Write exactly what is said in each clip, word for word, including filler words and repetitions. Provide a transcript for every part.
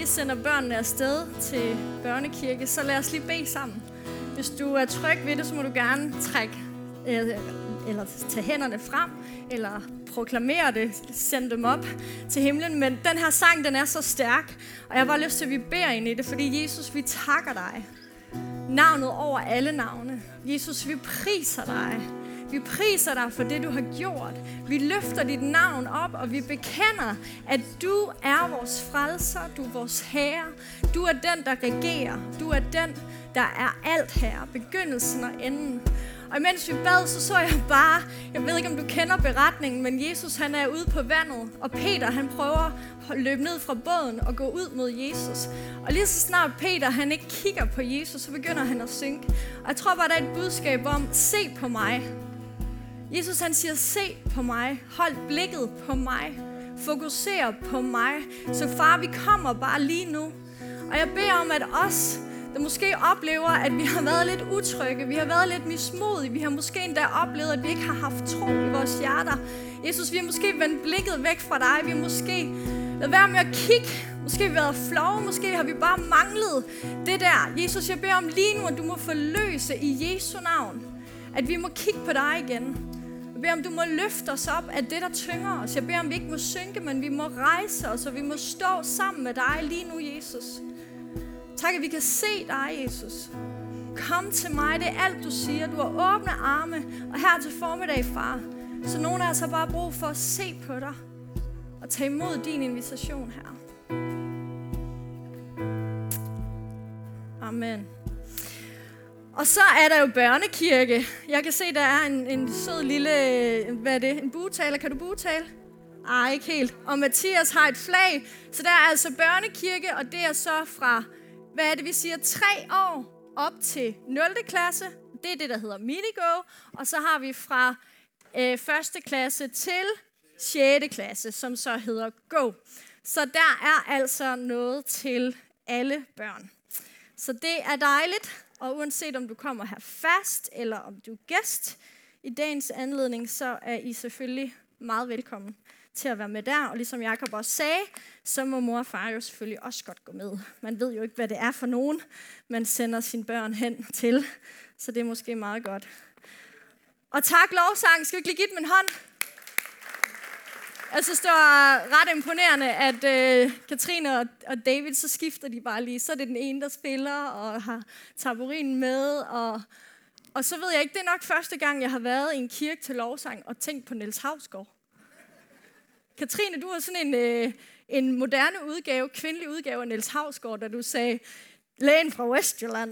vi sender børnene afsted til børnekirke, så lad os lige bede sammen. Hvis du er tryg ved det, så må du gerne trække eller tage hænderne frem, eller proklamere det, sende dem op til himlen. Men den her sang, den er så stærk, og jeg har bare lyst til, at vi beder ind i det, fordi Jesus, vi takker dig. Navnet over alle navne. Jesus, vi priser dig. Vi priser dig for det, du har gjort. Vi løfter dit navn op, og vi bekender, at du er vores frelser, du er vores herre. Du er den, der regerer. Du er den, der er alt her, begyndelsen og enden. Og imens vi bad, så så jeg bare, jeg ved ikke, om du kender beretningen, men Jesus, han er ude på vandet, og Peter, han prøver at løbe ned fra båden og gå ud mod Jesus. Og lige så snart Peter, han ikke kigger på Jesus, så begynder han at synke. Og jeg tror bare, der er et budskab om, se på mig. Jesus, han siger, se på mig. Hold blikket på mig. Fokuser på mig. Så far, vi kommer bare lige nu. Og jeg beder om, at os, der måske oplever, at vi har været lidt utrygge, vi har været lidt mismodige, vi har måske endda oplevet, at vi ikke har haft tro i vores hjerter. Jesus, vi har måske vendt blikket væk fra dig, vi har måske ladet være med at kigge, måske har vi været flove, måske har vi bare manglet det der. Jesus, jeg beder om lige nu, at du må forløse i Jesu navn, at vi må kigge på dig igen. Jeg beder om, du må løfte os op af det, der tynger os. Jeg beder om, vi ikke må synke, men vi må rejse os, og vi må stå sammen med dig lige nu, Jesus. Tak, at vi kan se dig, Jesus. Kom til mig, det er alt, du siger. Du har åbne arme, og her til formiddag, far. Så nogle af os har bare brug for at se på dig, og tage imod din invitation her. Amen. Og så er der jo børnekirke. Jeg kan se, der er en, en sød lille, hvad er det, en buetaler. Kan du buetale? Ej, ikke helt. Og Mathias har et flag, så der er altså børnekirke, og det er så fra, hvad er det, vi siger, tre år op til nul klasse. Det er det, der hedder Minigo. Og så har vi fra øh, første klasse til sjette klasse, som så hedder Go. Så der er altså noget til alle børn. Så det er dejligt. Og uanset om du kommer her fast, eller om du er gæst i dagens anledning, så er I selvfølgelig meget velkommen til at være med der. Og ligesom Jakob også sagde, så må mor og far jo selvfølgelig også godt gå med. Man ved jo ikke, hvad det er for nogen, man sender sine børn hen til. Så det er måske meget godt. Og tak lovsang. Skal vi ikke lige give dem en hånd? Jeg synes, det var ret imponerende, at øh, Katrine og, og David, så skifter de bare lige. Så er det den ene, der spiller og har tamburinen med. Og, og så ved jeg ikke, det er nok første gang, jeg har været i en kirke til lovsang og tænkt på Niels Hausgaard. Katrine, du har sådan en, øh, en moderne udgave, kvindelig udgave af Niels Hausgaard, da du sagde, lægen fra Vestjylland.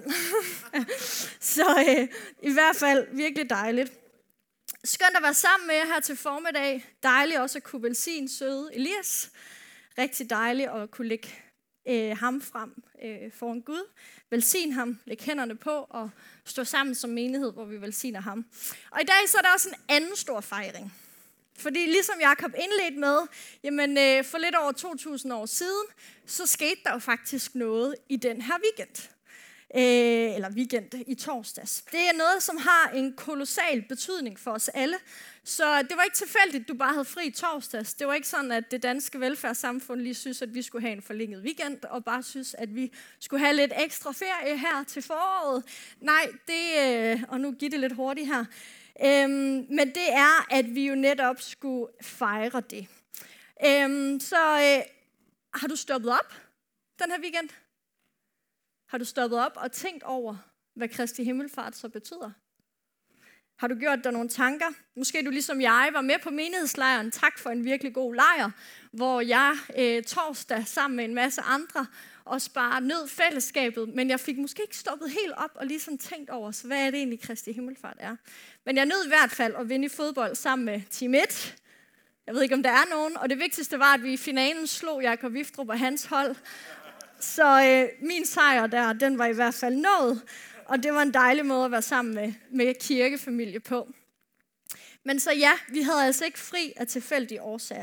Så øh, i hvert fald virkelig dejligt. Skønt at være sammen med jer her til formiddag. Dejligt også at kunne velsigne søde Elias. Rigtig dejligt at kunne lægge øh, ham frem øh, foran Gud. Velsign ham, lægge hænderne på og stå sammen som menighed, hvor vi velsigner ham. Og i dag så er der også en anden stor fejring. Fordi ligesom Jakob indledte med, jamen øh, for lidt over to tusind år siden, så skete der jo faktisk noget i den her weekend. Øh, eller weekend i torsdags. Det er noget, som har en kolossal betydning for os alle. Så det var ikke tilfældigt, at du bare havde fri torsdags. Det var ikke sådan, at det danske velfærdssamfund lige synes, at vi skulle have en forlænget weekend, og bare synes, at vi skulle have lidt ekstra ferie her til foråret. Nej, det, øh, og nu giver det lidt hurtigt her. Øhm, men det er, at vi jo netop skulle fejre det. Øhm, så øh, har du stoppet op den her weekend? Har du stoppet op og tænkt over, hvad Kristi himmelfart så betyder? Har du gjort dig nogle tanker? Måske du ligesom jeg var med på menighedslejren. Tak for en virkelig god lejr, hvor jeg øh, torsdag sammen med en masse andre også bare nød fællesskabet. Men jeg fik måske ikke stoppet helt op og ligesom tænkt over, så hvad er det egentlig Kristi himmelfart er. Men jeg nød i hvert fald at vinde i fodbold sammen med Team et. Jeg ved ikke, om der er nogen. Og det vigtigste var, at vi i finalen slog Jakob Viftrup og hans hold. Så øh, min sejr der, den var i hvert fald nået, og det var en dejlig måde at være sammen med, med kirkefamilie på. Men så ja, vi havde altså ikke fri af tilfældige årsager.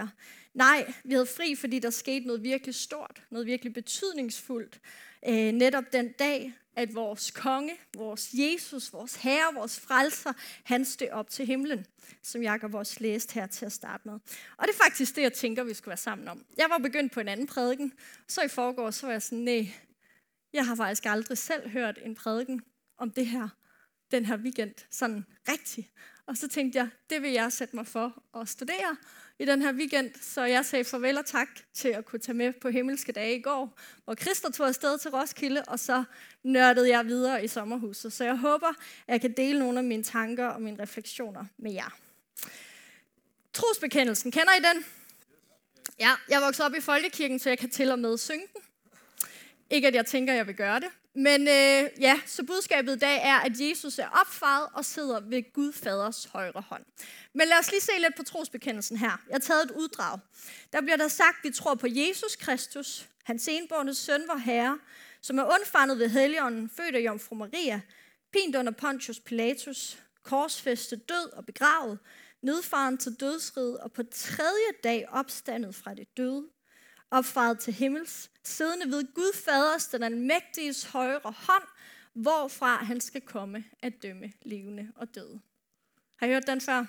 Nej, vi havde fri, fordi der skete noget virkelig stort, noget virkelig betydningsfuldt. Øh, netop den dag, at vores konge, vores Jesus, vores herre, vores frelser, han steg op til himlen, som Jakob også læste her til at starte med. Og det er faktisk det, jeg tænker, vi skulle være sammen om. Jeg var begyndt på en anden prædiken, så i forgårs, så var jeg sådan, nej, jeg har faktisk aldrig selv hørt en prædiken om det her, den her weekend, sådan rigtigt. Og så tænkte jeg, det vil jeg sætte mig for at studere i den her weekend. Så jeg sagde farvel og tak til at kunne tage med på himmelske dage i går, hvor Christer tog afsted til Roskilde, og så nørdede jeg videre i sommerhuset. Så jeg håber, at jeg kan dele nogle af mine tanker og mine refleksioner med jer. Trosbekendelsen, kender I den? Ja, jeg voksede op i folkekirken, så jeg kan til og med synge den. Ikke at jeg tænker, at jeg vil gøre det. Men øh, ja, så budskabet i dag er, at Jesus er opfaret og sidder ved Gud Faders højre hånd. Men lad os lige se lidt på trosbekendelsen her. Jeg har taget et uddrag. Der bliver der sagt, at vi tror på Jesus Kristus, hans enbårne søn, vor Herre, som er undfanget ved Helligånden, født af Jomfru Maria, pint under Pontius Pilatus, korsfæstet, død og begravet, nedfaren til dødsriget og på tredje dag opstandet fra det døde, opfaret til himmels, siddende ved Gud Faders, den almægtiges højre hånd, hvorfra han skal komme at dømme levende og døde. Har I hørt den før?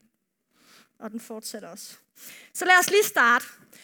Og den fortsætter også. Så lad os lige starte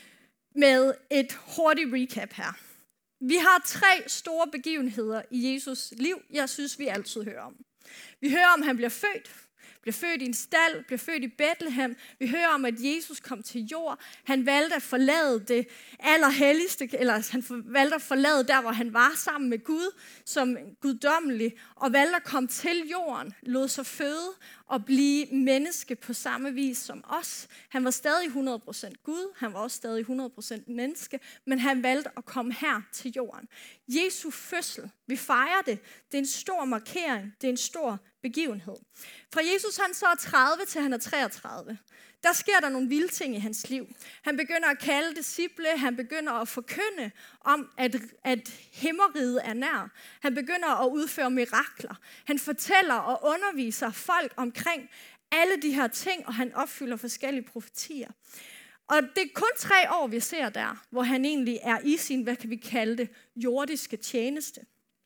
med et hurtigt recap her. Vi har tre store begivenheder i Jesus liv, jeg synes, vi altid hører om. Vi hører om, at han bliver født. Bliver født i en stald, bliver født i Bethlehem. Vi hører om, at Jesus kom til jord. Han valgte at forlade det allerhelligste, eller han valgte at forlade der, hvor han var sammen med Gud, som guddommelig, og valgte at komme til jorden, lod sig føde og blive menneske på samme vis som os. Han var stadig hundrede procent Gud, han var også stadig hundrede procent menneske, men han valgte at komme her til jorden. Jesu fødsel, vi fejrer det. Det er en stor markering, det er en stor begivenhed. Fra Jesus han så er tredive til han er treogtredive. Der sker der nogle vilde ting i hans liv. Han begynder at kalde disciple, han begynder at forkynde om, at, at himmeriget er nær. Han begynder at udføre mirakler. Han fortæller og underviser folk omkring alle de her ting, og han opfylder forskellige profetier. Og det er kun tre år, vi ser der, hvor han egentlig er i sin, hvad kan vi kalde det, jordiske tjeneste.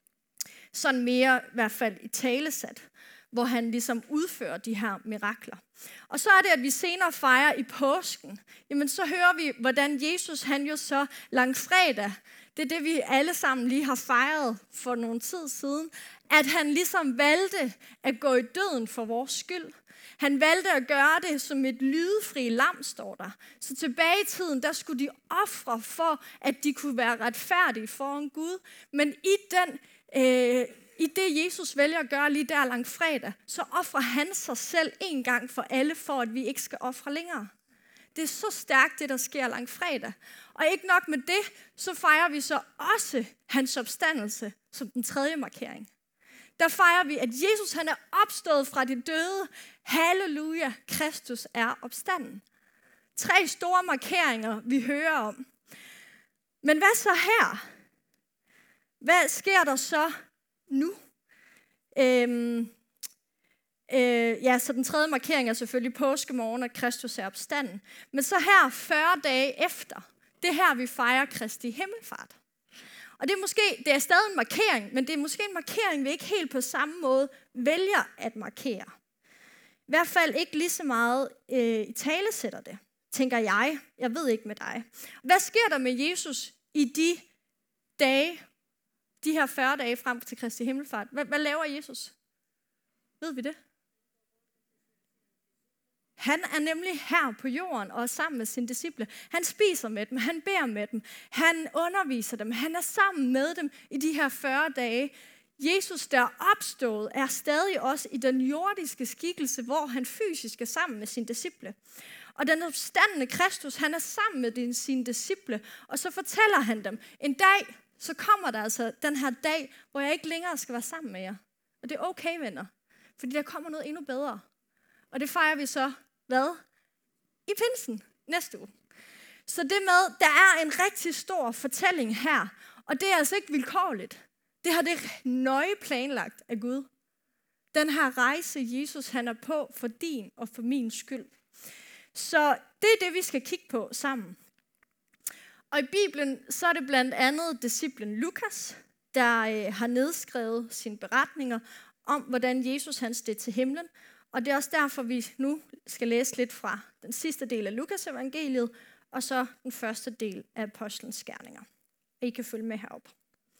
Sådan mere i hvert fald i talesat, hvor han ligesom udfører de her mirakler. Og så er det, at vi senere fejrer i påsken. Jamen så hører vi, hvordan Jesus han jo så langfredag, det er det, vi alle sammen lige har fejret for nogle tid siden, at han ligesom valgte at gå i døden for vores skyld. Han valgte at gøre det som et lydefri lam, står der. Så tilbage i tiden, der skulle de ofre for, at de kunne være retfærdige foran Gud. Men i den øh, I det, Jesus vælger at gøre lige der langfredag, så offrer han sig selv en gang for alle, for at vi ikke skal ofre længere. Det er så stærkt, det der sker langfredag. Og ikke nok med det, så fejrer vi så også hans opstandelse som den tredje markering. Der fejrer vi, at Jesus han er opstået fra de døde. Halleluja, Kristus er opstanden. Tre store markeringer, vi hører om. Men hvad så her? Hvad sker der så nu? Øhm, øh, ja, så den tredje markering er selvfølgelig påskemorgen, at Kristus er opstanden. Men så her fyrre dage efter, det er her, vi fejrer Kristi himmelfart. Og det er måske, det er stadig en markering, men det er måske en markering, vi ikke helt på samme måde vælger at markere. I hvert fald ikke lige så meget øh, i talesætter det, tænker jeg. Jeg ved ikke med dig. Hvad sker der med Jesus i de dage, de her fyrre dage frem til Kristi himmelfart? Hvad, hvad laver Jesus? Ved vi det? Han er nemlig her på jorden og er sammen med sine disciple. Han spiser med dem, han beder med dem, han underviser dem, han er sammen med dem i de her fyrre dage. Jesus, der er opstået, er stadig også i den jordiske skikkelse, hvor han fysisk er sammen med sine disciple. Og den opstandne Kristus, han er sammen med sine disciple, og så fortæller han dem, en dag, så kommer der altså den her dag, hvor jeg ikke længere skal være sammen med jer. Og det er okay, venner, fordi der kommer noget endnu bedre. Og det fejrer vi så, hvad? I pinsen næste uge. Så det med, der er en rigtig stor fortælling her, og det er altså ikke vilkårligt. Det har det nøje planlagt af Gud. Den her rejse, Jesus han er på for din og for min skyld. Så det er det, vi skal kigge på sammen. Og i Bibelen, så er det blandt andet disciplen Lukas, der øh, har nedskrevet sine beretninger om, hvordan Jesus han steg til himlen. Og det er også derfor, vi nu skal læse lidt fra den sidste del af Lukas evangeliet, og så den første del af Apostlenes gerninger. I kan følge med herop.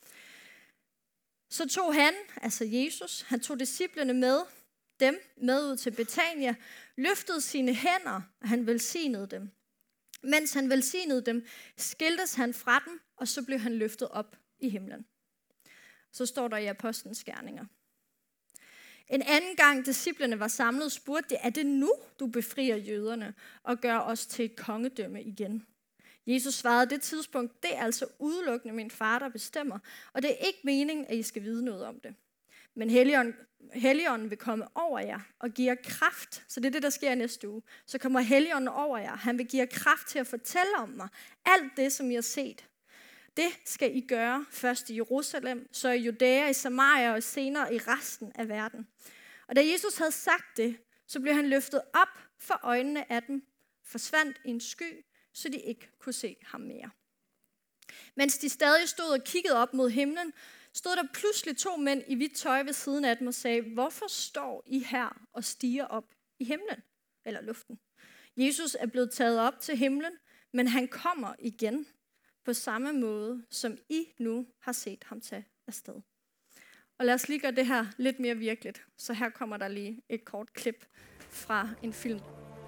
Så tog han, altså Jesus, han tog disciplene med, dem med ud til Betania, løftede sine hænder, og han velsignede dem. Mens han velsignede dem, skiltes han fra dem, og så blev han løftet op i himlen. Så står der i Apostlenes gerninger. En anden gang disciplene var samlet, spurgte de, er det nu, du befrier jøderne og gør os til et kongedømme igen? Jesus svarede, det tidspunkt, det er altså udelukkende min far, der bestemmer, og det er ikke meningen, at I skal vide noget om det. Men Helligånden, Helligånden vil komme over jer og give jer kraft, så det er det, der sker næste uge. Så kommer Helligånden over jer, han vil give jer kraft til at fortælle om mig, alt det, som I har set. Det skal I gøre først i Jerusalem, så i Judæa, i Samaria og senere i resten af verden. Og da Jesus havde sagt det, så blev han løftet op for øjnene af dem, forsvandt i en sky, så de ikke kunne se ham mere. Mens de stadig stod og kiggede op mod himlen, stod der pludselig to mænd i hvidt tøj ved siden af dem og sagde, hvorfor står I her og stiger op i himlen, eller luften? Jesus er blevet taget op til himlen, men han kommer igen på samme måde, som I nu har set ham tage afsted. Og lad os lige gøre det her lidt mere virkeligt. Så her kommer der lige et kort klip fra en film.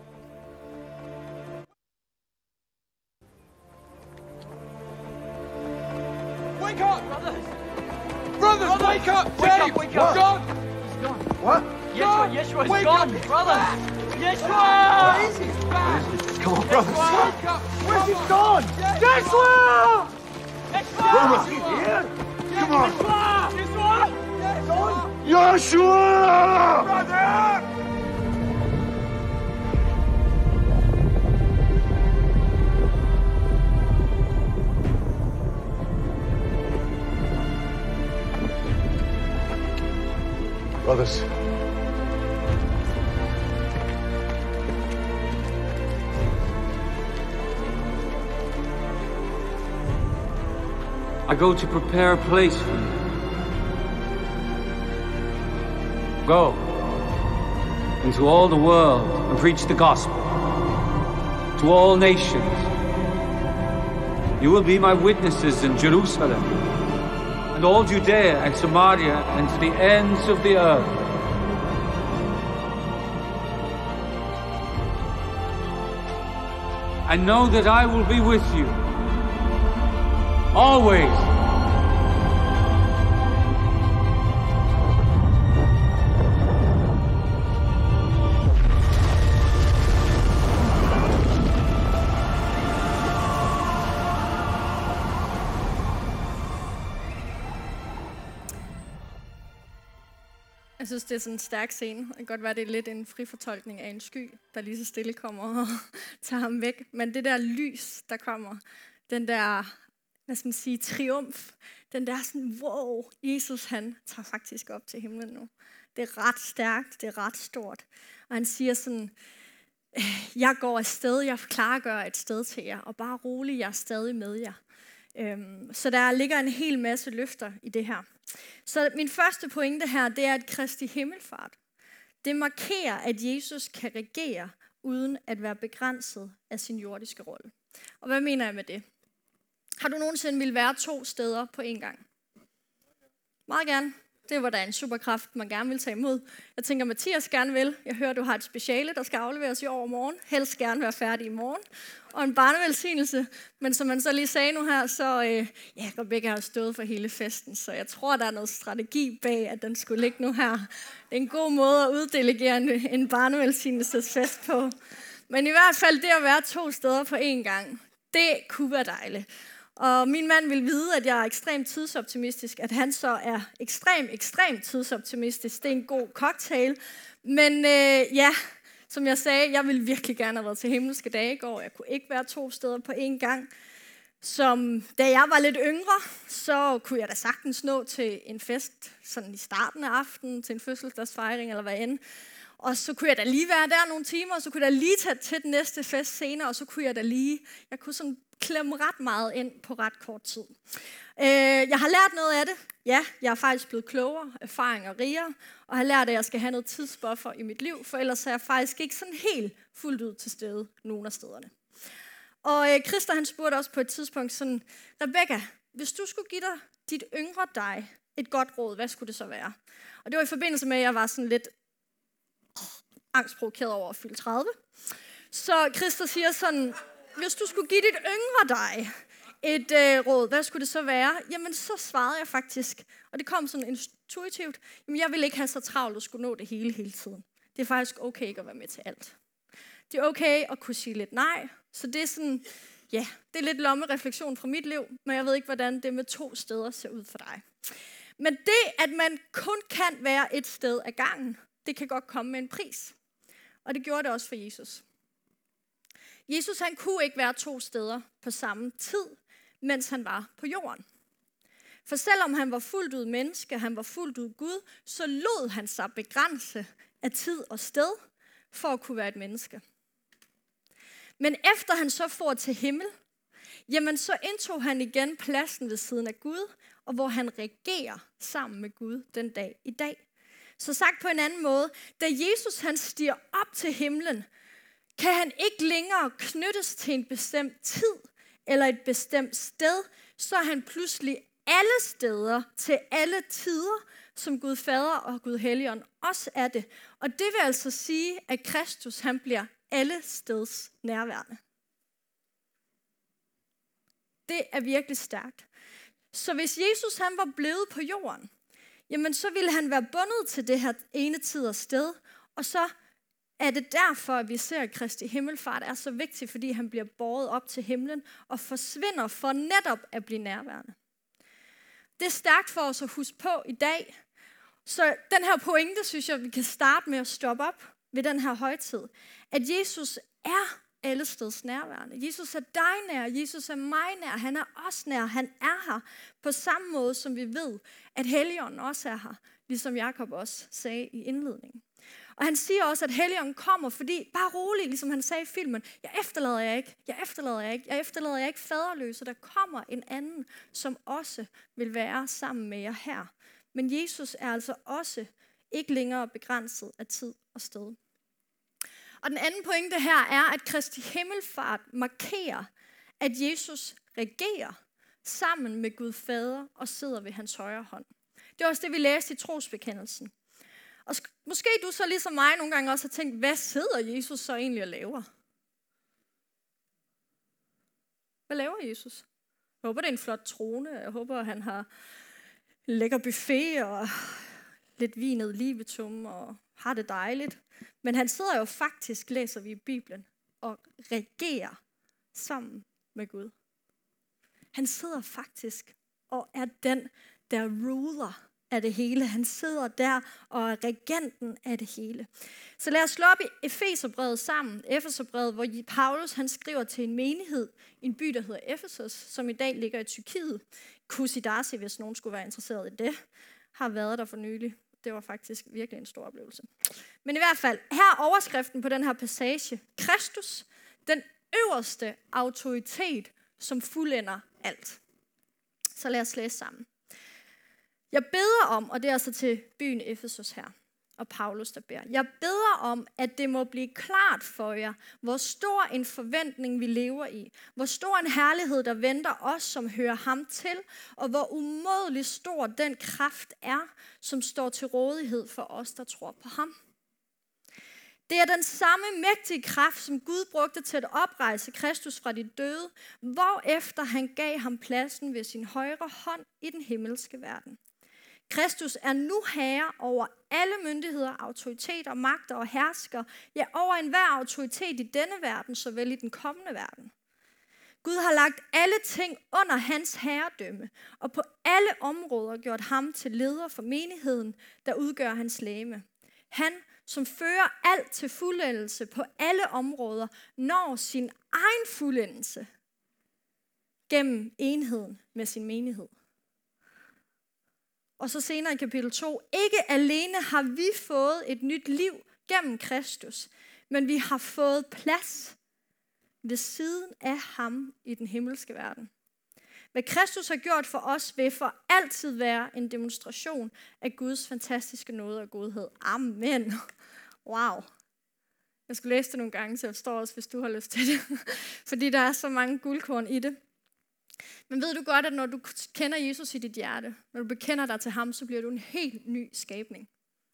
Wake up! Brothers! Brothers, Brothers wake up! Wake up, wake up! God! He's gone. What? Yeshua, Yeshua's Wake gone, up. brothers! Yeshua! Where is he? He's back! Come on, brothers. Wake up! Where's he Come on. gone? Yeshua! Yeshua! Brothers, he's here. Come on. Yeshua! Yeshua! Yeshua! Brother! Brothers. I go to prepare a place for you. Go into all the world and preach the gospel to all nations. You will be my witnesses in Jerusalem and all Judea and Samaria and to the ends of the earth. And know that I will be with you always. Jeg synes, det er sådan en stærk scene. Det kan godt være, det er lidt en frifortolkning af en sky, der lige så stille kommer og tager ham væk. Men det der lys, der kommer, den der, hvad skal man sige, triumf, den der sådan, wow, Jesus han tager faktisk op til himlen nu. Det er ret stærkt, det er ret stort. Og han siger sådan, jeg går afsted, jeg klargør et sted til jer, og bare rolig, jeg er stadig med jer. Øhm, så der ligger en hel masse løfter i det her. Så min første pointe her, det er, at Kristi himmelfart, det markerer, at Jesus kan regere, uden at være begrænset af sin jordiske rolle. Og hvad mener jeg med det? Har du nogensinde ville være to steder på én gang? Meget gerne. Det var da en superkraft, man gerne vil tage imod. Jeg tænker, Mathias gerne vil. Jeg hører, du har et speciale, der skal afleveres i overmorgen. Helst gerne være færdig i morgen. Og en barnevelsignelse. Men som man så lige sagde nu her, så øh, ja, Rebecca har stået for hele festen. Så jeg tror, der er noget strategi bag, at den skulle ligge nu her. Det er en god måde at uddelegere en, en barnevelsignelsesfest på. Men i hvert fald det at være to steder på én gang, det kunne være dejligt. Og min mand vil vide, at jeg er ekstremt tidsoptimistisk, at han så er ekstremt, ekstremt tidsoptimistisk. Det er en god cocktail. Men øh, ja, som jeg sagde, jeg ville virkelig gerne have været til himmelske dage i går. Jeg kunne ikke være to steder på én gang. Som da jeg var lidt yngre, så kunne jeg da sagtens nå til en fest sådan i starten af aftenen, til en fødselsdagsfejring eller hvad end. Og så kunne jeg da lige være der nogle timer, og så kunne jeg da lige tage til den næste fest senere, og så kunne jeg da lige, jeg kunne sådan klemme ret meget ind på ret kort tid. Øh, jeg har lært noget af det. Ja, jeg er faktisk blevet klogere, erfaringer rigere, og har lært, at jeg skal have noget tidsbuffer i mit liv, for ellers er jeg faktisk ikke sådan helt fuldt ud til stede nogen af stederne. Og øh, Christa, han spurgte også på et tidspunkt sådan, Rebecca, hvis du skulle give dig dit yngre dig et godt råd, hvad skulle det så være? Og det var i forbindelse med, at jeg var sådan lidt oh, angstprovokeret over at fylde tredive. Så Christa siger sådan, hvis du skulle give dit yngre dig et øh, råd, hvad skulle det så være? Jamen, så svarede jeg faktisk, og det kom sådan intuitivt, jamen, jeg ville ikke have så travlt at skulle nå det hele hele tiden. Det er faktisk okay ikke at være med til alt. Det er okay at kunne sige lidt nej, så det er sådan, ja, det er lidt lommerefleksion fra mit liv, men jeg ved ikke, hvordan det med to steder ser ud for dig. Men det, at man kun kan være et sted ad gangen, det kan godt komme med en pris. Og det gjorde det også for Jesus. Jesus, han kunne ikke være to steder på samme tid, mens han var på jorden. For selvom han var fuldt ud menneske, han var fuldt ud Gud, så lod han sig begrænse af tid og sted for at kunne være et menneske. Men efter han så for til himmel, jamen så indtog han igen pladsen ved siden af Gud, og hvor han regerer sammen med Gud den dag i dag. Så sagt på en anden måde, da Jesus han stiger op til himlen, kan han ikke længere knyttes til en bestemt tid eller et bestemt sted, så er han pludselig alle steder til alle tider, som Gud Fader og Gud Helligånd også er det. Og det vil altså sige, at Kristus han bliver alle steds nærværende. Det er virkelig stærkt. Så hvis Jesus han var blevet på jorden, jamen så ville han være bundet til det her ene tid og sted, og så er det derfor, at vi ser, at Kristi himmelfart er så vigtig, fordi han bliver båret op til himlen og forsvinder for netop at blive nærværende. Det er stærkt for os at huske på i dag. Så den her pointe, synes jeg, vi kan starte med at stoppe op ved den her højtid. At Jesus er alle steds nærværende. Jesus er dig nær, Jesus er mig nær, han er os nær, han er her på samme måde, som vi ved, at Helligånden også er her, ligesom Jakob også sagde i indledningen. Og han siger også, at Helligånden kommer, fordi, bare rolig, ligesom han sagde i filmen, jeg efterlader jer ikke, jeg efterlader jer ikke, jeg efterlader jer ikke faderløse, der kommer en anden, som også vil være sammen med jer her. Men Jesus er altså også ikke længere begrænset af tid og sted. Og den anden pointe her er, at Kristi himmelfart markerer, at Jesus regerer sammen med Gud Fader og sidder ved hans højre hånd. Det er også det, vi læste i trosbekendelsen. Og måske du så ligesom mig nogle gange også har tænkt, hvad sidder Jesus så egentlig og laver? Hvad laver Jesus? Jeg håber, det er en flot trone. Jeg håber, han har lækker buffet og lidt vinet livetum og har det dejligt. Men han sidder jo faktisk, læser vi i Bibelen, og regerer sammen med Gud. Han sidder faktisk og er den, der ruler af det hele. Han sidder der og er regenten af det hele. Så lad os slå op i Efeserbrevet sammen. Efeserbrevet, hvor Paulus han skriver til en menighed i en by, der hedder Efesos, som i dag ligger i Tyrkiet. Kusidasi, hvis nogen skulle være interesseret i det, har været der for nylig. Det var faktisk virkelig en stor oplevelse. Men i hvert fald, her er overskriften på den her passage. Kristus, den øverste autoritet, som fuldender alt. Så lad os læse sammen. Jeg beder om, og det er altså til byen Efesos her, og Paulus der beder. Jeg beder om, at det må blive klart for jer, hvor stor en forventning vi lever i. Hvor stor en herlighed, der venter os, som hører ham til. Og hvor umådelig stor den kraft er, som står til rådighed for os, der tror på ham. Det er den samme mægtige kraft, som Gud brugte til at oprejse Kristus fra de døde, hvorefter han gav ham pladsen ved sin højre hånd i den himmelske verden. Kristus er nu herre over alle myndigheder, autoriteter, magter og hersker, ja, over enhver autoritet i denne verden, såvel i den kommende verden. Gud har lagt alle ting under hans herredømme, og på alle områder gjort ham til leder for menigheden, der udgør hans legeme. Han, som fører alt til fuldendelse på alle områder, når sin egen fuldendelse gennem enheden med sin menighed. Og så senere i kapitel to, ikke alene har vi fået et nyt liv gennem Kristus, men vi har fået plads ved siden af ham i den himmelske verden. Hvad Kristus har gjort for os, vil for altid være en demonstration af Guds fantastiske nåde og godhed. Amen. Wow. Jeg skulle læse det nogle gange, så jeg forstår også, hvis du har lyst til det. Fordi der er så mange guldkorn i det. Men ved du godt, at når du kender Jesus i dit hjerte, når du bekender dig til ham, så bliver du en helt ny skabning.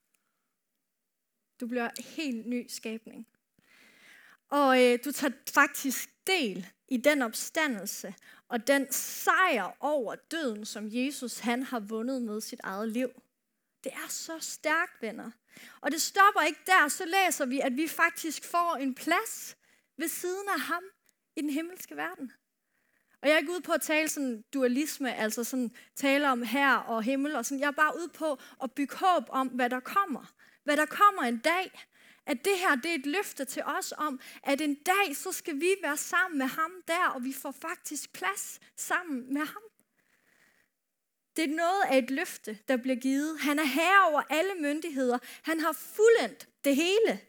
Du bliver en helt ny skabning. Og øh, du tager faktisk del i den opstandelse og den sejr over døden, som Jesus han har vundet med sit eget liv. Det er så stærkt, venner. Og det stopper ikke der, så læser vi, at vi faktisk får en plads ved siden af ham i den himmelske verden. Og jeg er ikke ude på at tale sådan dualisme, altså sådan tale om her og himmel og sådan. Jeg er bare ude på at bygge håb om, hvad der kommer. Hvad der kommer en dag. At det her, det er et løfte til os om, at en dag, så skal vi være sammen med ham der, og vi får faktisk plads sammen med ham. Det er noget af et løfte, der bliver givet. Han er herre over alle myndigheder. Han har fuldendt det hele.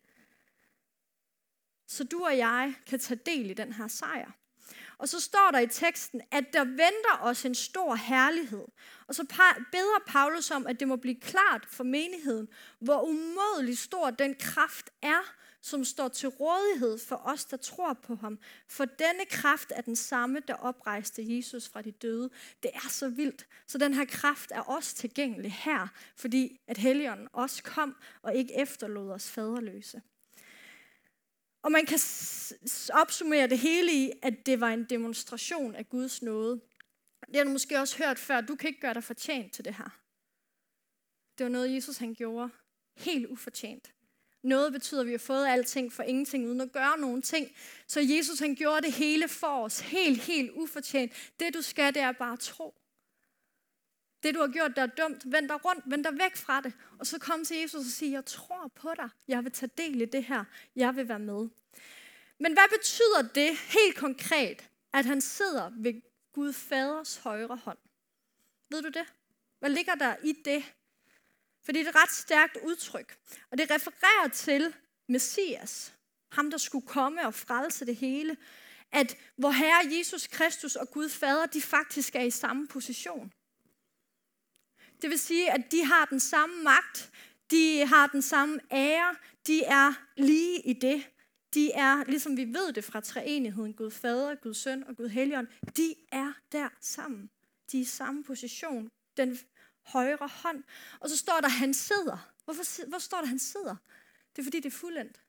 Så du og jeg kan tage del i den her sejr. Og så står der i teksten, at der venter os en stor herlighed. Og så beder Paulus om, at det må blive klart for menigheden, hvor umådelig stor den kraft er, som står til rådighed for os, der tror på ham. For denne kraft er den samme, der oprejste Jesus fra de døde. Det er så vildt. Så den her kraft er også tilgængelig her, fordi at Helligånden også kom og ikke efterlod os faderløse. Og man kan opsummere det hele i, at det var en demonstration af Guds nåde. Det har du måske også hørt før. Du kan ikke gøre dig fortjent til det her. Det var noget, Jesus han gjorde helt ufortjent. Noget betyder, at vi har fået alting for ingenting, uden at gøre nogen ting. Så Jesus han gjorde det hele for os, helt, helt ufortjent. Det du skal, det er bare tro. Det du har gjort, der er dumt, vend dig rundt, vend dig væk fra det. Og så kom til Jesus og sige, jeg tror på dig. Jeg vil tage del i det her. Jeg vil være med. Men hvad betyder det helt konkret, at han sidder ved Gud Faders højre hånd? Ved du det? Hvad ligger der i det? Fordi det er et ret stærkt udtryk. Og det refererer til Messias. Ham, der skulle komme og frelse det hele. At hvor Herre Jesus Kristus og Gud Fader, de faktisk er i samme position. Det vil sige, at de har den samme magt, de har den samme ære, de er lige i det. De er, ligesom vi ved det fra treenigheden, Gud Fader, Gud Søn og Gud Helligånd, de er der sammen. De er i samme position, den højre hånd. Og så står der, han sidder. Hvorfor, hvor står der, han sidder? Det er fordi, det er fuldendt.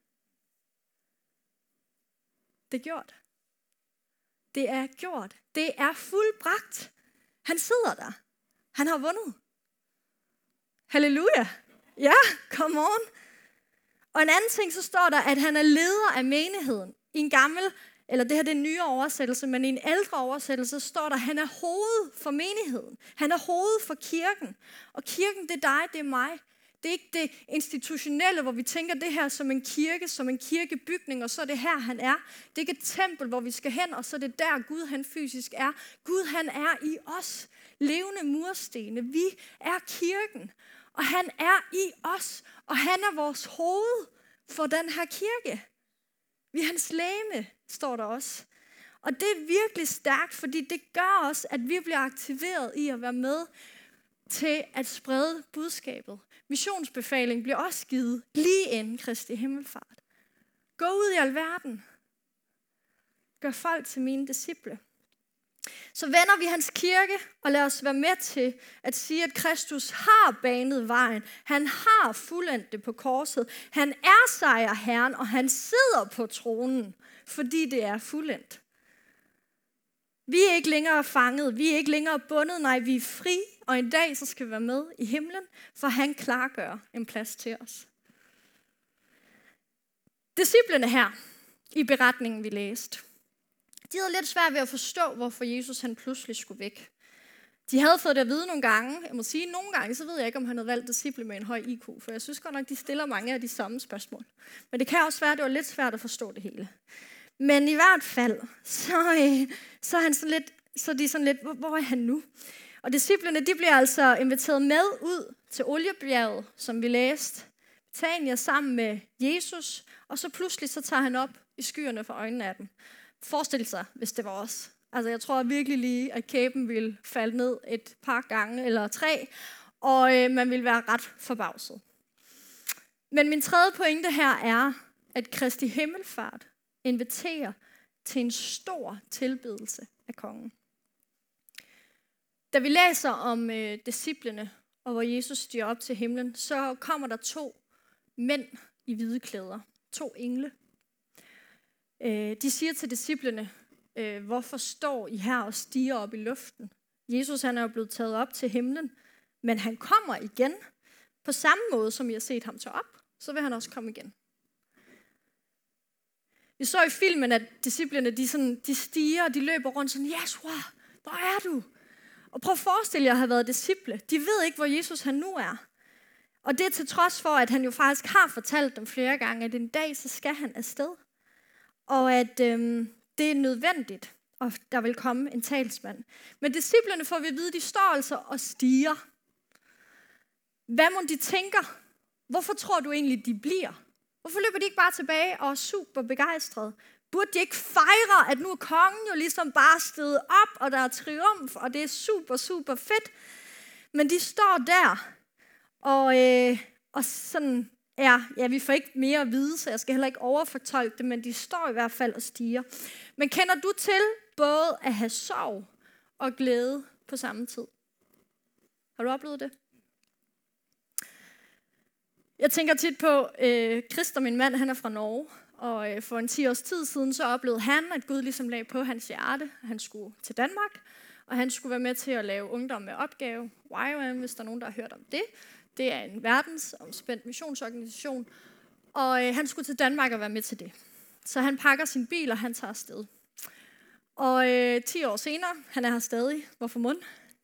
Det er gjort. Det er gjort. Det er fuldbragt. Han sidder der. Han har vundet. Halleluja. Ja, come on. Og en anden ting, så står der, at han er leder af menigheden. I en gammel, eller det her det er en nyere oversættelse, men i en ældre oversættelse står der, at han er hoved for menigheden. Han er hoved for kirken. Og kirken, det er dig, det er mig. Det er ikke det institutionelle, hvor vi tænker det her som en kirke, som en kirkebygning, og så er det her, han er. Det er ikke et tempel, hvor vi skal hen, og så er det der, Gud han fysisk er. Gud han er i os, levende murstene. Vi er kirken, og han er i os, og han er vores hoved for den her kirke. Vi er hans legeme, står der også. Og det er virkelig stærkt, fordi det gør os, at vi bliver aktiveret i at være med til at sprede budskabet. Missionsbefaling bliver også givet lige inden Kristi himmelfart. Gå ud i alverden. Gør folk til mine disciple. Så vender vi hans kirke, og lad os være med til at sige, at Kristus har banet vejen. Han har fuldendt det på korset. Han er sejrherren, og han sidder på tronen, fordi det er fuldendt. Vi er ikke længere fanget, vi er ikke længere bundet, nej, vi er fri, og en dag så skal vi være med i himlen, for han klargør en plads til os. Disciplene her, i beretningen vi læste, de havde lidt svært ved at forstå, hvorfor Jesus han pludselig skulle væk. De havde fået det at vide nogle gange. Jeg må sige, nogle gange, så ved jeg ikke, om han havde valgt disciple med en høj I Q, for jeg synes godt nok, de stiller mange af de samme spørgsmål. Men det kan også være, at det var lidt svært at forstå det hele. Men i hvert fald, så, øh, så er han sådan lidt, så er de sådan lidt, hvor, hvor er han nu? Og disciplene, de bliver altså inviteret med ud til oliebjerget, som vi læste, Betania sammen med Jesus, og så pludselig så tager han op i skyerne for øjnene af dem. Forestil sig, hvis det var os. Altså jeg tror virkelig lige, at kæben ville falde ned et par gange eller tre, og øh, man ville være ret forbavset. Men min tredje pointe her er, at Kristi himmelfart inviterer til en stor tilbedelse af kongen. Da vi læser om øh, disciplene, og hvor Jesus stiger op til himlen, så kommer der to mænd i hvide klæder. To engle. Øh, de siger til disciplene, øh, hvorfor står I her og stiger op i luften? Jesus han er jo blevet taget op til himlen, men han kommer igen. På samme måde, som I har set ham tage op, så vil han også komme igen. Vi så i filmen, at disciplene de, sådan, de stiger, og de løber rundt sådan, Yeshua, hvor er du? Og prøv at forestille jer at have været disciple. De ved ikke, hvor Jesus han nu er. Og det er til trods for, at han jo faktisk har fortalt dem flere gange, at en dag så skal han afsted. Og at øhm, det er nødvendigt, og der vil komme en talsmand. Men disciplene får vi at vide, at de står altså og stiger. Hvad må de tænker? Hvorfor tror du egentlig, de bliver? Hvorfor løber de ikke bare tilbage og er super begejstrede? Burde de ikke fejre, at nu er kongen jo ligesom bare steget op, og der er triumf, og det er super, super fedt. Men de står der, og, øh, og sådan er, ja, vi får ikke mere at vide, så jeg skal heller ikke overfortolke det, men de står i hvert fald og stiger. Men kender du til både at have sorg og glæde på samme tid? Har du oplevet det? Jeg tænker tit på, øh, Christer, min mand, han er fra Norge, og øh, for en ti års tid siden, så oplevede han, at Gud ligesom lagde på hans hjerte. Han skulle til Danmark, og han skulle være med til at lave ungdom med opgave. Y O M, hvis der er nogen, der har hørt om det. Det er en verdensomspændt missionsorganisation, og øh, han skulle til Danmark og være med til det. Så han pakker sin bil, og han tager afsted. Og øh, ti år senere, han er her stadig. Hvorfor mund?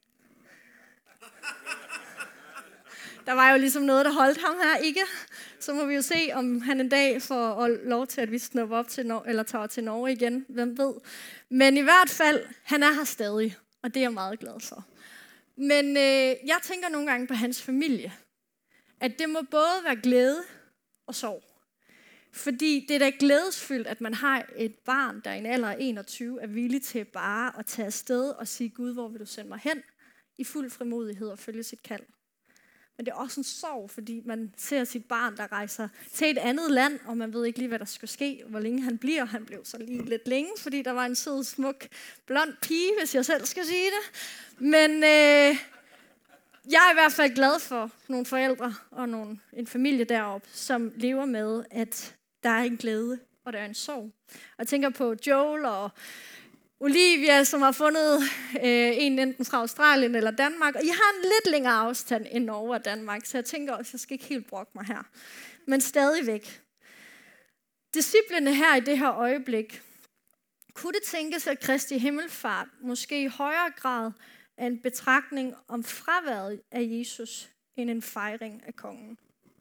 Der var jo ligesom noget, der holdt ham her, ikke? Så må vi jo se, om han en dag får lov til, at vi snupper op til Norge, eller tager til Norge igen. Hvem ved? Men i hvert fald, han er her stadig, og det er jeg meget glad for. Men øh, jeg tænker nogle gange på hans familie, at det må både være glæde og sorg. Fordi det er da glædesfyldt, at man har et barn, der i en alder af enogtyve er villig til bare at tage afsted og sige, Gud, hvor vil du sende mig hen? I fuld frimodighed og følge sit kald. Men det er også en sorg, fordi man ser sit barn, der rejser til et andet land, og man ved ikke lige, hvad der skal ske, hvor længe han bliver. Han blev så lige lidt længe, fordi der var en sød, smuk, blond pige, hvis jeg selv skal sige det. Men øh, jeg er i hvert fald glad for nogle forældre og nogle, en familie deroppe, som lever med, at der er en glæde, og der er en sorg. Og jeg tænker på Joel og Olivia, som har fundet øh, en enten fra Australien eller Danmark, og I har en lidt længere afstand end Norge og Danmark, så jeg tænker også, jeg skal ikke helt brokke mig her. Men stadigvæk. Disciplene her i det her øjeblik, kunne det tænkes, at Kristi himmelfart måske i højere grad er en betragtning om fraværet af Jesus, end en fejring af kongen?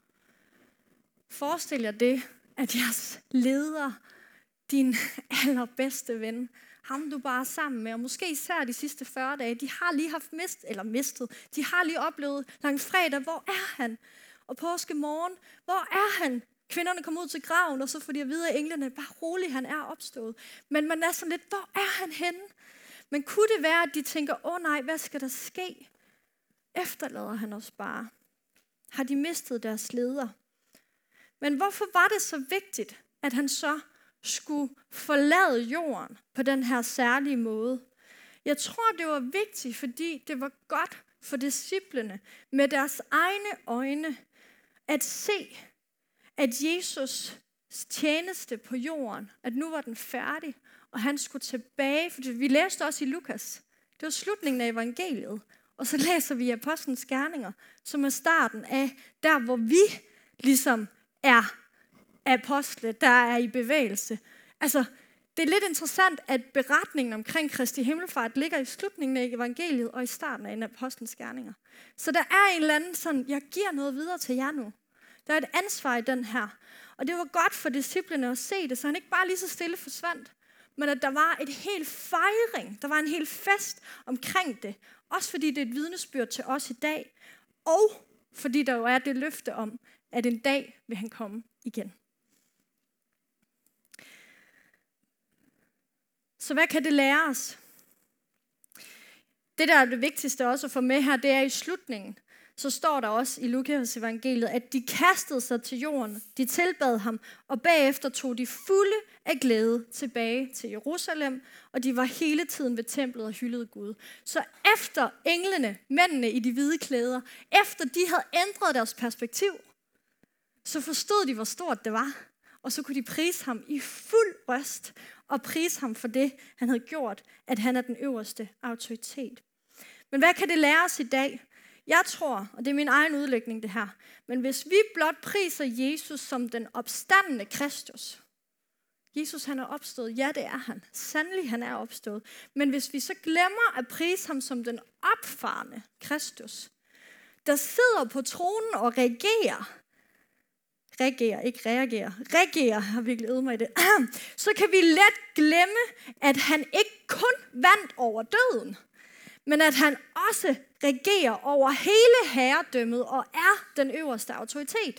Forestil jer det, at jeres leder, din allerbedste ven, ham du bare er sammen med, og måske især de sidste fyrre dage, de har lige haft mist, eller mistet, de har lige oplevet langfredag, hvor er han? Og påskemorgen, hvor er han? Kvinderne kommer ud til graven, og så får de at vide af englene, bare roligt, han er opstået. Men man er sådan lidt, hvor er han henne? Men kunne det være, at de tænker, åh oh, nej, hvad skal der ske? Efterlader han os bare? Har de mistet deres leder? Men hvorfor var det så vigtigt, at han så skulle forlade jorden på den her særlige måde? Jeg tror, det var vigtigt, fordi det var godt for disciplene med deres egne øjne at se, at Jesus tjeneste på jorden, at nu var den færdig, og han skulle tilbage, for vi læste også i Lukas. Det var slutningen af evangeliet, og så læser vi Apostlenes Gerninger, som er starten af der, hvor vi ligesom er apostle, der er i bevægelse. Altså, det er lidt interessant, at beretningen omkring Kristi himmelfart ligger i slutningen af evangeliet og i starten af en Apostlenes Gerninger. Så der er en eller anden sådan, jeg giver noget videre til jer nu. Der er et ansvar i den her. Og det var godt for disciplene at se det, så han ikke bare lige så stille forsvandt, men at der var et helt fejring, der var en hel fest omkring det. Også fordi det er et vidnesbyrd til os i dag, og fordi der jo er det løfte om, at en dag vil han komme igen. Så hvad kan det lære os? Det, der er det vigtigste også at få med her, det er i slutningen. Så står der også i Lukas evangeliet, at de kastede sig til jorden, de tilbad ham, og bagefter tog de fulde af glæde tilbage til Jerusalem, og de var hele tiden ved templet og hyldede Gud. Så efter englene, mændene i de hvide klæder, efter de havde ændret deres perspektiv, så forstod de, hvor stort det var, og så kunne de prise ham i fuld røst, og prise ham for det, han havde gjort, at han er den øverste autoritet. Men hvad kan det lære os i dag? Jeg tror, og det er min egen udlægning det her, men hvis vi blot priser Jesus som den opstandende Kristus, Jesus han er opstået, ja det er han, sandelig han er opstået, men hvis vi så glemmer at prise ham som den opfarende Kristus, der sidder på tronen og regerer, regerer, ikke reagerer, regerer, har virkelig øvet mig i det, så kan vi let glemme, at han ikke kun vandt over døden, men at han også regerer over hele herredømmet og er den øverste autoritet.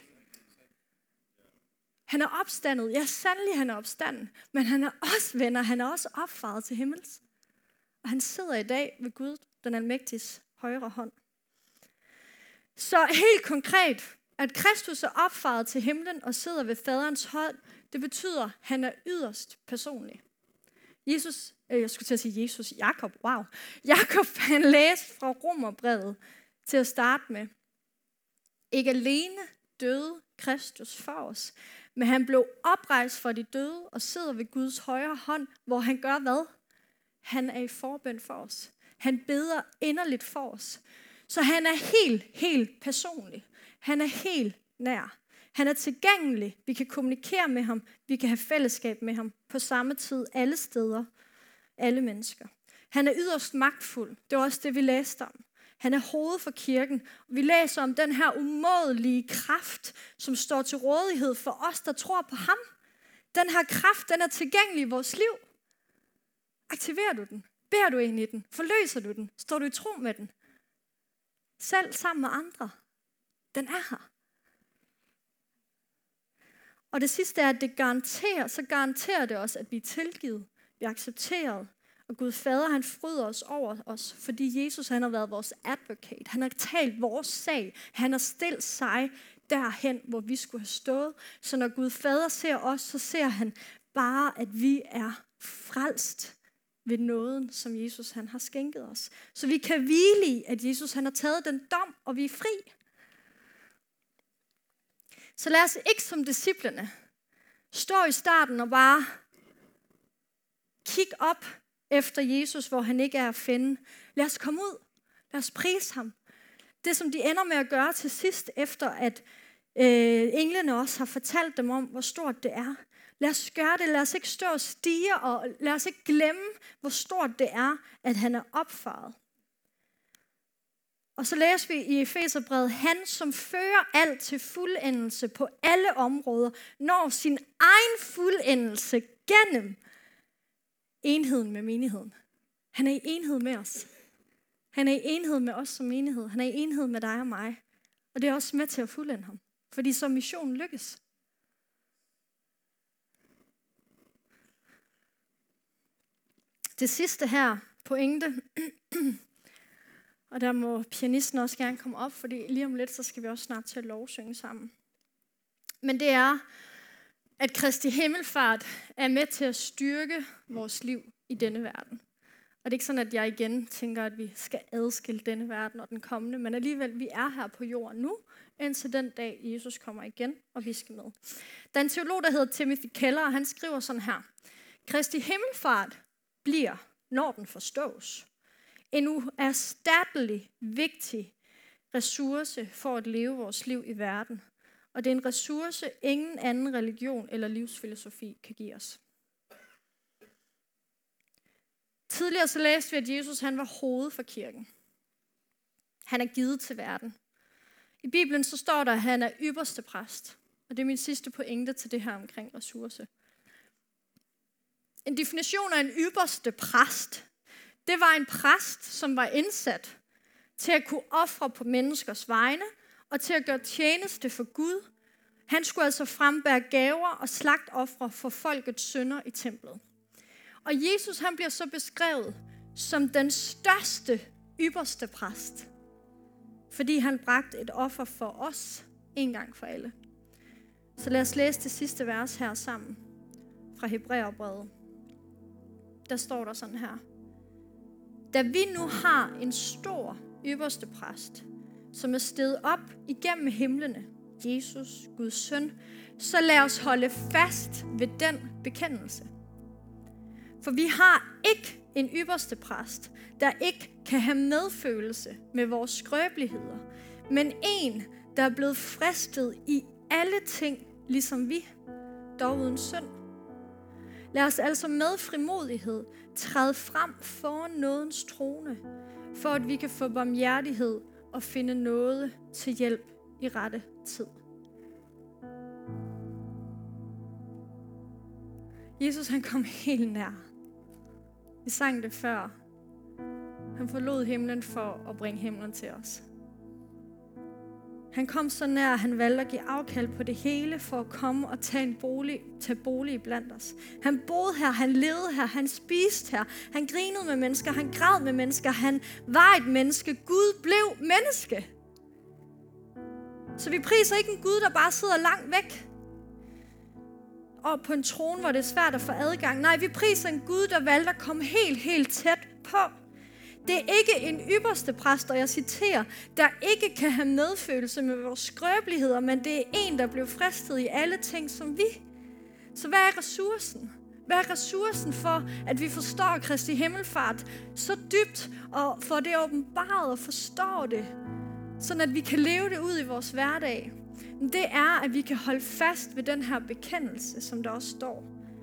Han er opstandet. Ja, sandelig han er opstanden. Men han er også venner. Han er også opfaret til himmels. Og han sidder i dag ved Gud, den almægtiges højre hånd. Så helt konkret, at Kristus er opfaret til himlen og sidder ved faderens hånd, det betyder, at han er yderst personlig. Jesus, øh, jeg skulle til at sige Jesus, Jakob, wow. Jakob, han læste fra Romerbrevet til at starte med. Ikke alene døde Kristus for os, men han blev oprejst for de døde og sidder ved Guds højre hånd, hvor han gør hvad? Han er i forbøn for os. Han beder inderligt for os. Så han er helt, helt personlig. Han er helt nær. Han er tilgængelig. Vi kan kommunikere med ham. Vi kan have fællesskab med ham på samme tid, alle steder, alle mennesker. Han er yderst magtfuld. Det var også det, vi læste om. Han er hovedet for kirken. Vi læser om den her umådelige kraft, som står til rådighed for os, der tror på ham. Den her kraft, den er tilgængelig i vores liv. Aktiverer du den? Beder du ind i den? Forløser du den? Står du i tro med den? Selv sammen med andre. Den er her. Og det sidste er, at det garanterer, så garanterer det os, at vi er tilgivet, vi er accepteret. Og Gud Fader, han fryder os over os, fordi Jesus, han har været vores advocate. Han har talt vores sag. Han har stillet sig derhen, hvor vi skulle have stået. Så når Gud Fader ser os, så ser han bare, at vi er frelst ved nåden, som Jesus, han har skænket os. Så vi kan hvile i, at Jesus, han har taget den dom, og vi er fri. Så lad os ikke som disciplene stå i starten og bare kigge op efter Jesus, hvor han ikke er at finde. Lad os komme ud. Lad os prise ham. Det, som de ender med at gøre til sidst, efter at øh, englene også har fortalt dem om, hvor stort det er. Lad os gøre det. Lad os ikke stå og stige, og lad os ikke glemme, hvor stort det er, at han er opfaret. Og så læser vi i Efeserbrevet, han som fører alt til fuldendelse på alle områder, når sin egen fuldendelse gennem enheden med menigheden. Han er i enhed med os. Han er i enhed med os som menighed. Han er i enhed med dig og mig. Og det er også med til at fuldende ham. Fordi så missionen lykkes. Det sidste her pointe, og der må pianisten også gerne komme op, fordi lige om lidt, så skal vi også snart til at lovsynge sammen. Men det er, at Kristi himmelfart er med til at styrke vores liv i denne verden. Og det er ikke sådan, at jeg igen tænker, at vi skal adskille denne verden og den kommende, men alligevel, vi er her på jorden nu, indtil den dag, Jesus kommer igen, og vi skal med. Der er en teolog, der hedder Timothy Keller, og han skriver sådan her. Kristi himmelfart bliver, når den forstås, en uerstattelig vigtig ressource for at leve vores liv i verden. Og det er en ressource, ingen anden religion eller livsfilosofi kan give os. Tidligere så læste vi, at Jesus han var hovedet for kirken. Han er givet til verden. I Bibelen så står der, at han er ypperste præst. Og det er min sidste pointe til det her omkring ressource. En definition af en ypperste præst, det var en præst, som var indsat til at kunne ofre på menneskers vegne, og til at gøre tjeneste for Gud, Han skulle altså frembære gaver og slagtofre for folkets synder i templet. Og Jesus, han bliver så beskrevet som den største, ypperste præst, fordi han bragte et offer for os en gang for alle. Så lad os læse det sidste vers her sammen fra Hebræerbrevet. Der står der sådan her. Da vi nu har en stor ypperste præst, som er steget op igennem himlene, Jesus, Guds søn, så lad os holde fast ved den bekendelse. For vi har ikke en ypperste præst, der ikke kan have medfølelse med vores skrøbeligheder, men en, der er blevet fristet i alle ting, ligesom vi, dog uden synd. Lad os altså med frimodighed træde frem foran nådens trone, for at vi kan få barmhjertighed og finde nåde til hjælp i rette tid. Jesus, han kom helt nær. Vi sang det før. Han forlod himlen for at bringe himlen til os. Han kom så nær, at han valgte at give afkald på det hele for at komme og tage en bolig, tage bolig blandt os. Han boede her, han levede her, han spiste her, han grinede med mennesker, han græd med mennesker, han var et menneske. Gud blev menneske. Så vi priser ikke en Gud, der bare sidder langt væk og på en trone, hvor det er svært at få adgang. Nej, vi priser en Gud, der valgte at komme helt, helt tæt på. Det er ikke en ypperste præst, og jeg citerer, der ikke kan have medfølelse med vores skrøbeligheder, men det er en, der blev fristet i alle ting som vi. Så hvad er ressourcen? Hvad er ressourcen for, at vi forstår Kristi himmelfart så dybt, og får det åbenbaret og forstår det, sådan at vi kan leve det ud i vores hverdag? Det er, at vi kan holde fast ved den her bekendelse, som der også står.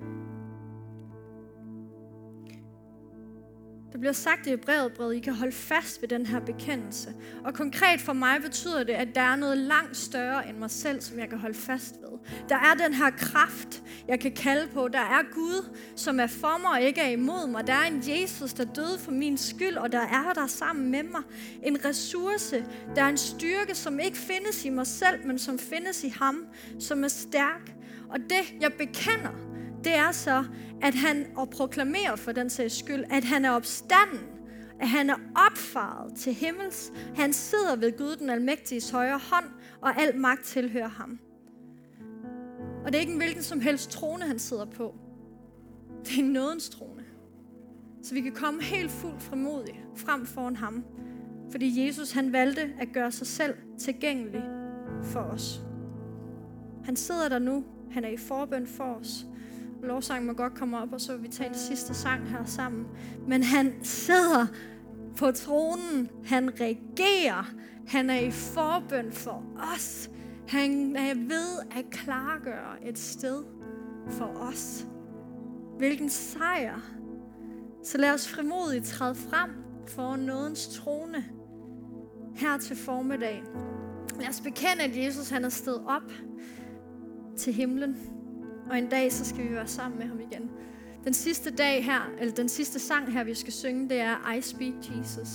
Der bliver sagt i Hebræerbrevet, I kan holde fast ved den her bekendelse. Og konkret for mig betyder det, at der er noget langt større end mig selv, som jeg kan holde fast ved. Der er den her kraft, jeg kan kalde på. Der er Gud, som er for mig og ikke er imod mig. Der er en Jesus, der døde for min skyld, og der er der sammen med mig. En ressource, der er en styrke, som ikke findes i mig selv, men som findes i ham, som er stærk. Og det, jeg bekender, det er så, at han og proklamerer for den sags skyld, at han er opstanden, at han er opfaret til himmels. Han sidder ved Gud, den almægtiges højre hånd, og al magt tilhører ham. Og det er ikke en hvilken som helst trone, han sidder på. Det er en nådens trone. Så vi kan komme helt fuldt frimodigt frem foran ham, fordi Jesus, han valgte at gøre sig selv tilgængelig for os. Han sidder der nu. Han er i forbøn for os. Lovsangen må godt komme op, og så vil vi tage den sidste sang her sammen. Men han sidder på tronen. Han regerer. Han er i forbøn for os. Han er ved at klargøre et sted for os. Hvilken sejr. Så lad os frimodigt træde frem for nådens trone her til formiddag. Lad os bekende, at Jesus, han er steget op til himlen. Og en dag, så skal vi være sammen med ham igen. Den sidste dag her, eller den sidste sang her, vi skal synge, det er I Speak Jesus.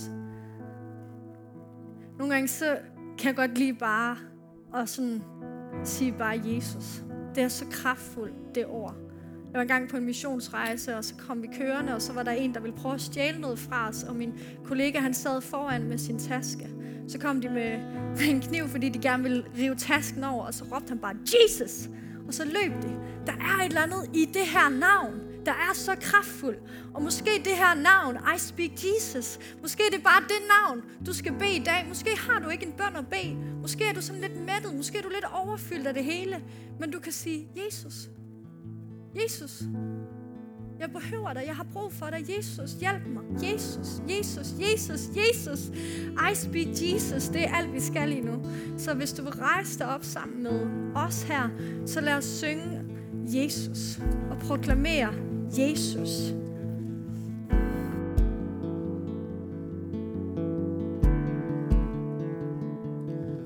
Nogle gange, så kan jeg godt lide bare at sådan sige bare Jesus. Det er så kraftfuldt, det ord. Jeg var engang på en missionsrejse, og så kom vi kørende, og så var der en, der ville prøve at stjæle noget fra os, og min kollega, han sad foran med sin taske. Så kom de med, med en kniv, fordi de gerne ville rive tasken over, og så råbte han bare, Jesus! Og så løb de. Der er et eller andet i det her navn, der er så kraftfuldt. Og måske det her navn, I Speak Jesus, måske det er bare det navn, du skal bede i dag. Måske har du ikke en bøn at bede. Måske er du sådan lidt mættet. Måske er du lidt overfyldt af det hele. Men du kan sige, Jesus, Jesus, jeg behøver dig. Jeg har brug for dig. Jesus, hjælp mig. Jesus, Jesus, Jesus, Jesus. I Speak Jesus. Det er alt, vi skal lige nu. Så hvis du vil rejse dig op sammen med os her, så lad os synge Jesus og proklamere Jesus.